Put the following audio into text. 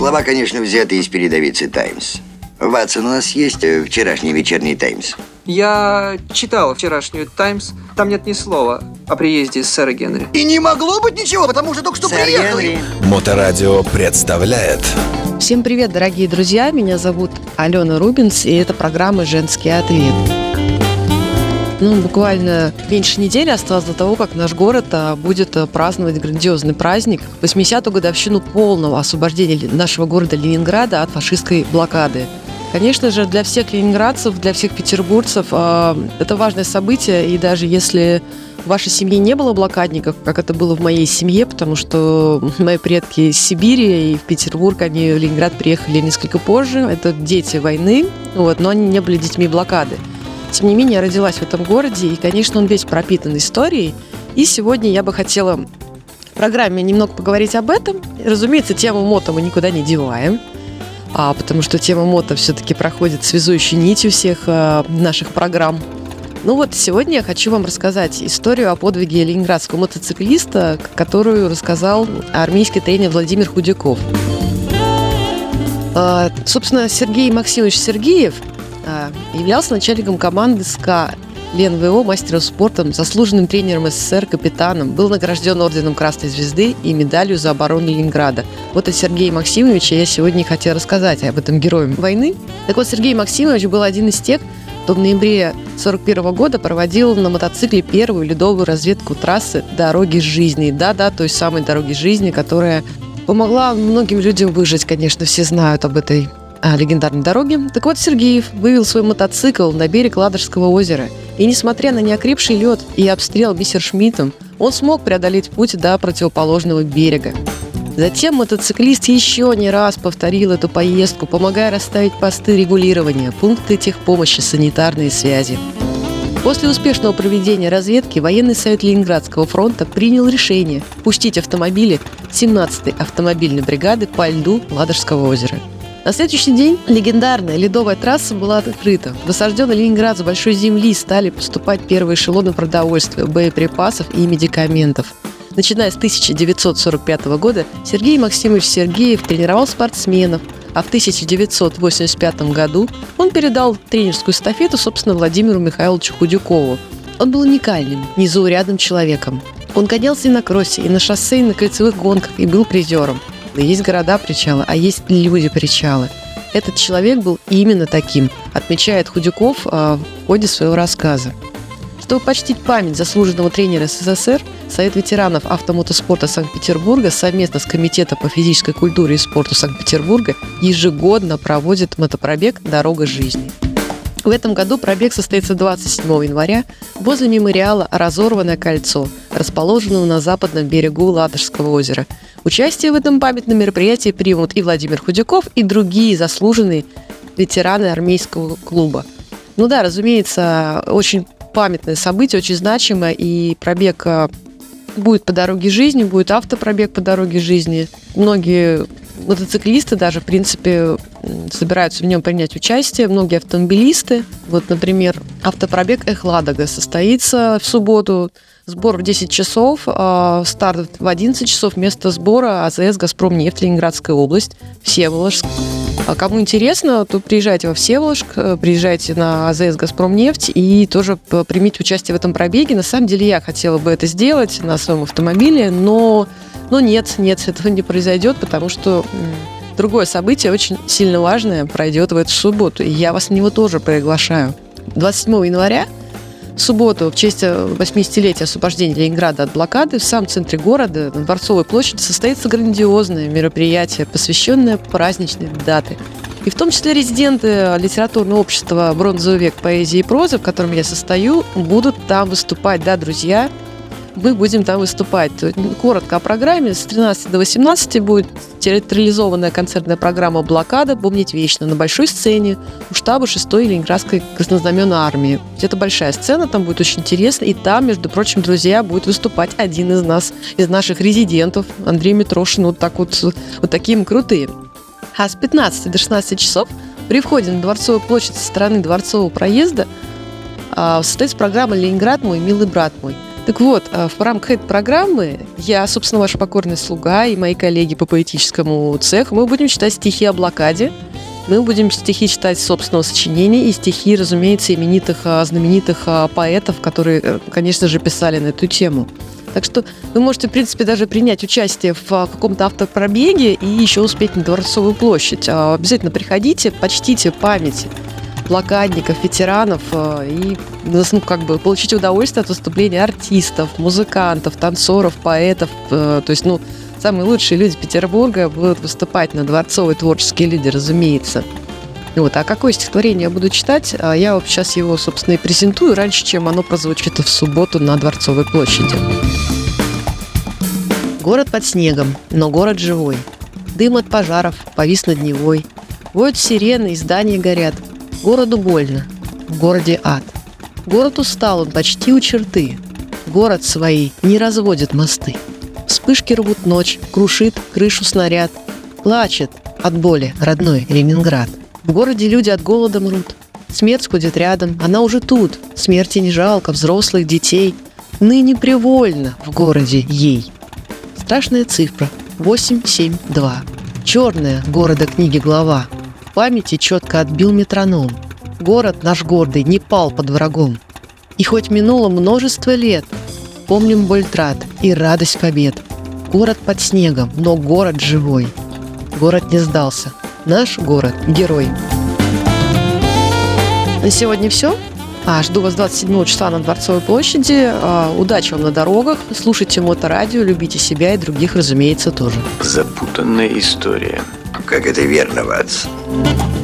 Слова, конечно, взяты из передовицы «Таймс». Ватсон, у нас есть вчерашний вечерний «Таймс»? Я читал вчерашнюю «Таймс». Там нет ни слова о приезде сэра Генри. И не могло быть ничего, потому что только что Сэр приехали. Генри. Моторадио представляет. Всем привет, дорогие друзья! Меня зовут Алена Рубинс, и это программа «Женский ответ». Буквально меньше недели осталось до того, как наш город будет праздновать грандиозный праздник, 80-ю годовщину полного освобождения нашего города Ленинграда от фашистской блокады. Конечно же, для всех ленинградцев, для всех петербуржцев это важное событие, и даже если в вашей семье не было блокадников, как это было в моей семье, потому что мои предки из Сибири и в Петербург, они в Ленинград приехали несколько позже, это дети войны, но они не были детьми блокады. Тем не менее, я родилась в этом городе, и, конечно, он весь пропитан историей. И сегодня я бы хотела в программе немного поговорить об этом. Разумеется, тему мото мы никуда не деваем, потому что тема мото все-таки проходит связующей нитью всех наших программ. Сегодня я хочу вам рассказать историю о подвиге ленинградского мотоциклиста, которую рассказал армейский тренер Владимир Худяков. Собственно, Сергей Максимович Сергеев являлся начальником команды СКА ЛенВО, мастером спорта, заслуженным тренером СССР, капитаном, был награжден орденом Красной Звезды и медалью за оборону Ленинграда. О Сергее Максимовиче я сегодня хотела рассказать, об этом герое войны. Сергей Максимович был один из тех, кто в ноябре 1941 года проводил на мотоцикле первую ледовую разведку трассы «Дороги жизни». Да-да, той самой «Дороги жизни», которая помогла многим людям выжить, конечно, все знают об этой легендарной дороге. Сергеев вывел свой мотоцикл на берег Ладожского озера. И несмотря на неокрепший лед и обстрел мессершмиттом, он смог преодолеть путь до противоположного берега. Затем мотоциклист еще не раз повторил эту поездку, помогая расставить посты регулирования, пункты техпомощи, санитарные связи. После успешного проведения разведки военный совет Ленинградского фронта принял решение пустить автомобили 17-й автомобильной бригады по льду Ладожского озера. На следующий день легендарная ледовая трасса была открыта. В осажденный Ленинград с большой земли стали поступать первые эшелоны продовольствия, боеприпасов и медикаментов. Начиная с 1945 года Сергей Максимович Сергеев тренировал спортсменов, а в 1985 году он передал тренерскую эстафету, собственно, Владимиру Михайловичу Худякову. Он был уникальным, незаурядным человеком. Он гонялся и на кроссе, и на шоссе, и на кольцевых гонках, и был призером. Да есть города-причалы, а есть люди-причалы. Этот человек был именно таким, отмечает Худяков в ходе своего рассказа. Чтобы почтить память заслуженного тренера СССР, Совет ветеранов автомотоспорта Санкт-Петербурга совместно с Комитетом по физической культуре и спорту Санкт-Петербурга ежегодно проводит мотопробег «Дорога жизни». В этом году пробег состоится 27 января возле мемориала «Разорванное кольцо», расположенного на западном берегу Ладожского озера. Участие в этом памятном мероприятии примут и Владимир Худяков, и другие заслуженные ветераны армейского клуба. Разумеется, очень памятное событие, очень значимое, и пробег будет по дороге жизни, будет автопробег по дороге жизни. Многие мотоциклисты даже, в принципе, собираются в нем принять участие, многие автомобилисты. Например, автопробег «Эх-Ладога» состоится в субботу. Сбор в 10 часов, старт в 11 часов. Место сбора АЗС «Газпромнефть», Ленинградская область, Всеволожск. Кому интересно, то приезжайте во Всеволожск, приезжайте на АЗС «Газпромнефть» и тоже примите участие в этом пробеге. На самом деле я хотела бы это сделать на своем автомобиле, но нет, этого не произойдет, потому что другое событие очень сильно важное пройдет в эту субботу, и я вас на него тоже приглашаю. 27 января, в субботу, в честь 80-летия освобождения Ленинграда от блокады, в самом центре города, на Дворцовой площади, состоится грандиозное мероприятие, посвященное праздничной дате. И в том числе резиденты литературного общества «Бронзовый век поэзии и прозы», в котором я состою, будут там выступать, да, друзья. Мы будем там выступать. Коротко о программе. С 13 до 18 будет театрализованная концертная программа «Блокада. Помнить вечно» на большой сцене у штаба 6-й Ленинградской краснознаменной армии. Это большая сцена, там будет очень интересно. И там, между прочим, друзья, будет выступать один из нас, из наших резидентов, Андрей Митрошин. Вот такие мы крутые. А с 15 до 16 часов при входе на Дворцовую площадь со стороны Дворцового проезда состоится программа «Ленинград мой, милый брат мой». Так вот, в рамках этой программы я, собственно, ваш покорный слуга и мои коллеги по поэтическому цеху, мы будем читать стихи о блокаде, мы будем стихи читать собственного сочинения и стихи, разумеется, знаменитых поэтов, которые, конечно же, писали на эту тему. Так что вы можете, в принципе, даже принять участие в каком-то автопробеге и еще успеть на Дворцовую площадь. Обязательно приходите, почтите память блокадников, ветеранов и получите удовольствие от выступления артистов, музыкантов, танцоров, поэтов. То есть, самые лучшие люди Петербурга будут выступать на Дворцовой, творческие люди, разумеется. Вот. А какое стихотворение я буду читать, я вот сейчас его, собственно, и презентую раньше, чем оно прозвучит в субботу на Дворцовой площади. Город под снегом, но город живой. Дым от пожаров повис над Невой. Воют сирены и здания горят. Городу больно, в городе ад. Город устал, он почти у черты. Город свои не разводит мосты. Вспышки рвут ночь, крушит крышу снаряд. Плачет от боли родной Ленинград. В городе люди от голода мрут. Смерть ходит рядом, она уже тут. Смерти не жалко, взрослых, детей. Ныне привольно в городе ей. Страшная цифра 872. Черная города книги глава. В памяти четко отбил метроном. Город наш гордый не пал под врагом. И хоть минуло множество лет, помним боль трат и радость побед. Город под снегом, но город живой. Город не сдался. Наш город – герой. На сегодня все. Жду вас 27 числа на Дворцовой площади. Удачи вам на дорогах. Слушайте Моторадио, любите себя и других, разумеется, тоже. Запутанная история. Как это верно, Ватс.